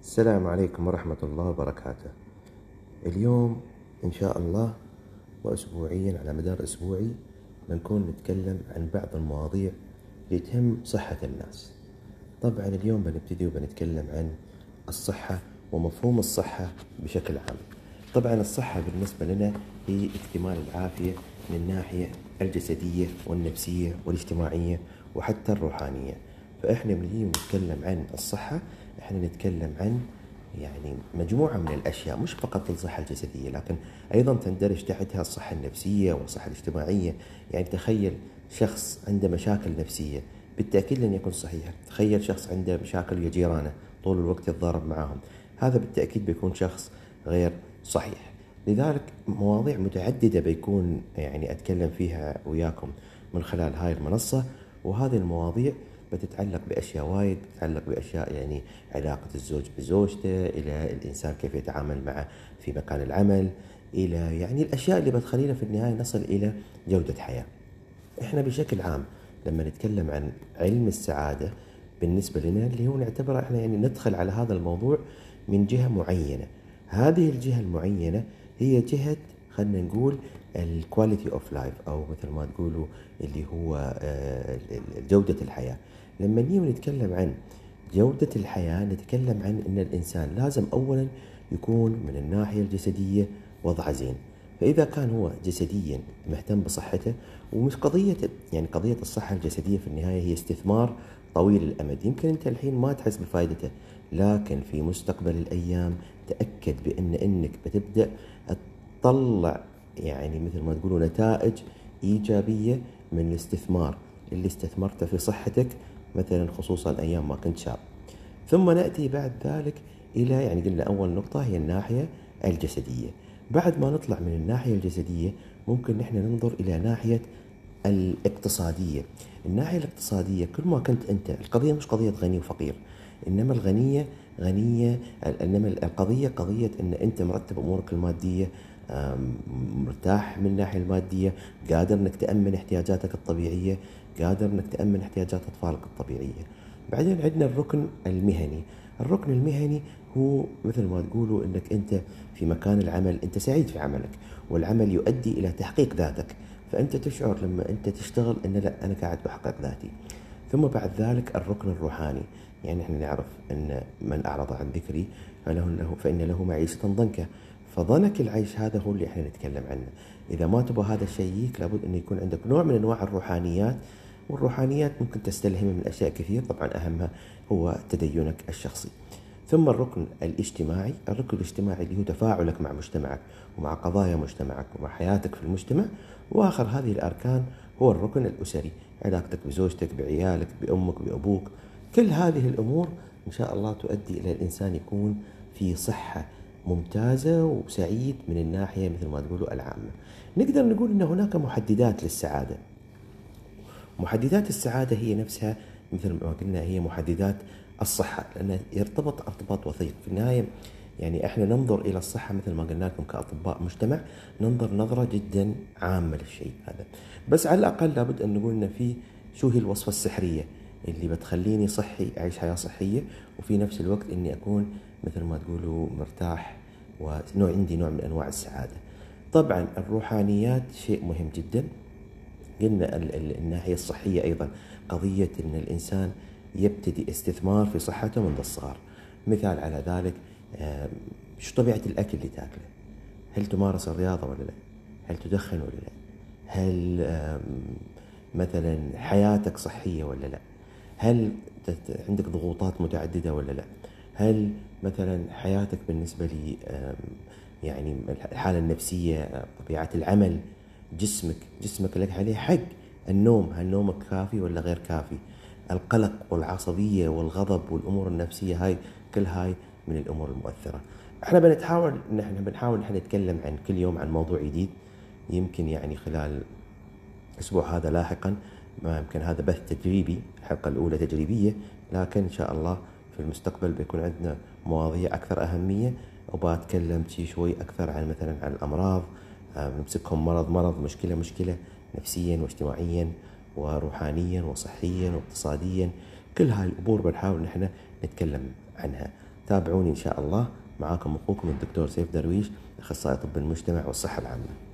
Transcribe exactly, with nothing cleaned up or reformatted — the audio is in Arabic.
السلام عليكم ورحمة الله وبركاته. اليوم إن شاء الله وأسبوعيا على مدار أسبوعي بنكون نتكلم عن بعض المواضيع اللي تهم صحة الناس. طبعا اليوم بنبتدي وبنتكلم عن الصحة ومفهوم الصحة بشكل عام. طبعا الصحة بالنسبة لنا هي اكتمال العافية من الناحية الجسدية والنفسية والاجتماعية وحتى الروحانية. فإحنا بنجي نتكلم عن الصحة، إحنا نتكلم عن يعني مجموعة من الأشياء، مش فقط الصحة الجسدية لكن أيضا تندرج تحتها الصحة النفسية والصحة الاجتماعية. يعني تخيل شخص عنده مشاكل نفسية بالتأكيد لن يكون صحيح. تخيل شخص عنده مشاكل ويا جيرانه طول الوقت يتضارب معهم، هذا بالتأكيد بيكون شخص غير صحيح. لذلك مواضيع متعددة بيكون يعني أتكلم فيها وياكم من خلال هاي المنصة، وهذه المواضيع بتتعلق بأشياء وايد، بتتعلق بأشياء يعني علاقة الزوج بزوجته، إلى الإنسان كيف يتعامل معه في مكان العمل، إلى يعني الأشياء اللي بتخلينا في النهاية نصل إلى جودة حياة. إحنا بشكل عام لما نتكلم عن علم السعادة بالنسبة لنا اللي هو نعتبره إحنا يعني ندخل على هذا الموضوع من جهة معينة. هذه الجهة المعينة هي جهة خلنا نقول الكواليتي اوف لايف، او مثل ما تقولوا اللي هو آه، جودة الحياة. لما نيجي نتكلم عن جودة الحياة نتكلم عن ان الانسان لازم اولا يكون من الناحية الجسدية وضعه زين. فاذا كان هو جسديا مهتم بصحته، ومش قضية يعني قضية الصحة الجسدية في النهاية هي استثمار طويل الامد، يمكن انت الحين ما تحس بفائدته لكن في مستقبل الايام تأكد بان انك بتبدأ تطلع يعني مثل ما تقولوا نتائج إيجابية من الاستثمار اللي استثمرته في صحتك، مثلا خصوصا أيام ما كنت شاب. ثم نأتي بعد ذلك إلى يعني قلنا أول نقطة هي الناحية الجسدية. بعد ما نطلع من الناحية الجسدية ممكن نحن ننظر إلى ناحية الاقتصادية. الناحية الاقتصادية كل ما كنت أنت، القضية مش قضية غني وفقير، إنما الغنية غنية إنما القضية قضية إن أنت مرتب أمورك المادية، مرتاح من الناحية المادية، قادر انك تأمن احتياجاتك الطبيعية، قادر انك تأمن احتياجات اطفالك الطبيعية. بعدين عندنا الركن المهني. الركن المهني هو مثل ما تقولوا انك انت في مكان العمل انت سعيد في عملك، والعمل يؤدي الى تحقيق ذاتك، فانت تشعر لما انت تشتغل ان لا انا قاعد بحقق ذاتي. ثم بعد ذلك الركن الروحاني. يعني احنا نعرف ان من اعرض عن ذكري فله له فان له معيشة ضنكا. فضنك العيش هذا هو اللي احنا نتكلم عنه. اذا ما تبغى هذا الشيء يجيك لابد انه يكون عندك نوع من انواع الروحانيات، والروحانيات ممكن تستلهمها من اشياء كثير، طبعا اهمها هو تدينك الشخصي. ثم الركن الاجتماعي. الركن الاجتماعي اللي هو تفاعلك مع مجتمعك ومع قضايا مجتمعك ومع حياتك في المجتمع. واخر هذه الاركان هو الركن الاسري، علاقتك بزوجتك، بعيالك، بامك، بابوك. كل هذه الامور ان شاء الله تؤدي الى الانسان يكون في صحة ممتازة وسعيد من الناحية مثل ما تقولوا العامة. نقدر نقول أن هناك محددات للسعادة. محددات السعادة هي نفسها مثل ما قلنا هي محددات الصحة، لأنه يرتبط ارتباط وثيق في النهاية. يعني احنا ننظر إلى الصحة مثل ما قلنا لكم كأطباء مجتمع، ننظر نظرة جدا عامة للشيء هذا. بس على الأقل لابد أن نقول أن في شو هي الوصفة السحرية اللي بتخليني صحي، أعيش حياة صحية، وفي نفس الوقت إني أكون مثل ما تقولوا مرتاح ونوع عندي نوع من أنواع السعادة. طبعا الروحانيات شيء مهم جدا. قلنا الناحية الصحية أيضا قضية أن الإنسان يبتدي استثمار في صحته منذ الصغر. مثال على ذلك شو طبيعة الأكل اللي تأكله؟ هل تمارس الرياضة ولا لا؟ هل تدخن ولا لا؟ هل مثلا حياتك صحية ولا لا؟ هل عندك ضغوطات متعددة ولا لا؟ هل مثلا حياتك بالنسبة لي يعني الحالة النفسية، طبيعة العمل، جسمك جسمك لك عليه حق. النوم، هل نومك كافي ولا غير كافي؟ القلق والعصبية والغضب والأمور النفسية، هاي كل هاي من الأمور المؤثرة. احنا بنتحاول ان احنا بنحاول ان احنا نتكلم عن كل يوم عن موضوع جديد. يمكن يعني خلال الأسبوع هذا لاحقا ما يمكن هذا بث تجريبي، الحلقة الأولى تجريبية، لكن إن شاء الله في المستقبل بيكون عندنا مواضيع أكثر أهمية، وبتكلم شي شوي أكثر عن مثلا عن الأمراض، نمسكهم مرض مرض، مشكلة مشكلة، نفسيا واجتماعيا وروحانيا وصحيا واقتصاديا. كل هاي الأمور بنحاول نحن نتكلم عنها. تابعوني إن شاء الله. معاكم أخوكم الدكتور سيف درويش، أخصائي طب المجتمع والصحة العامة.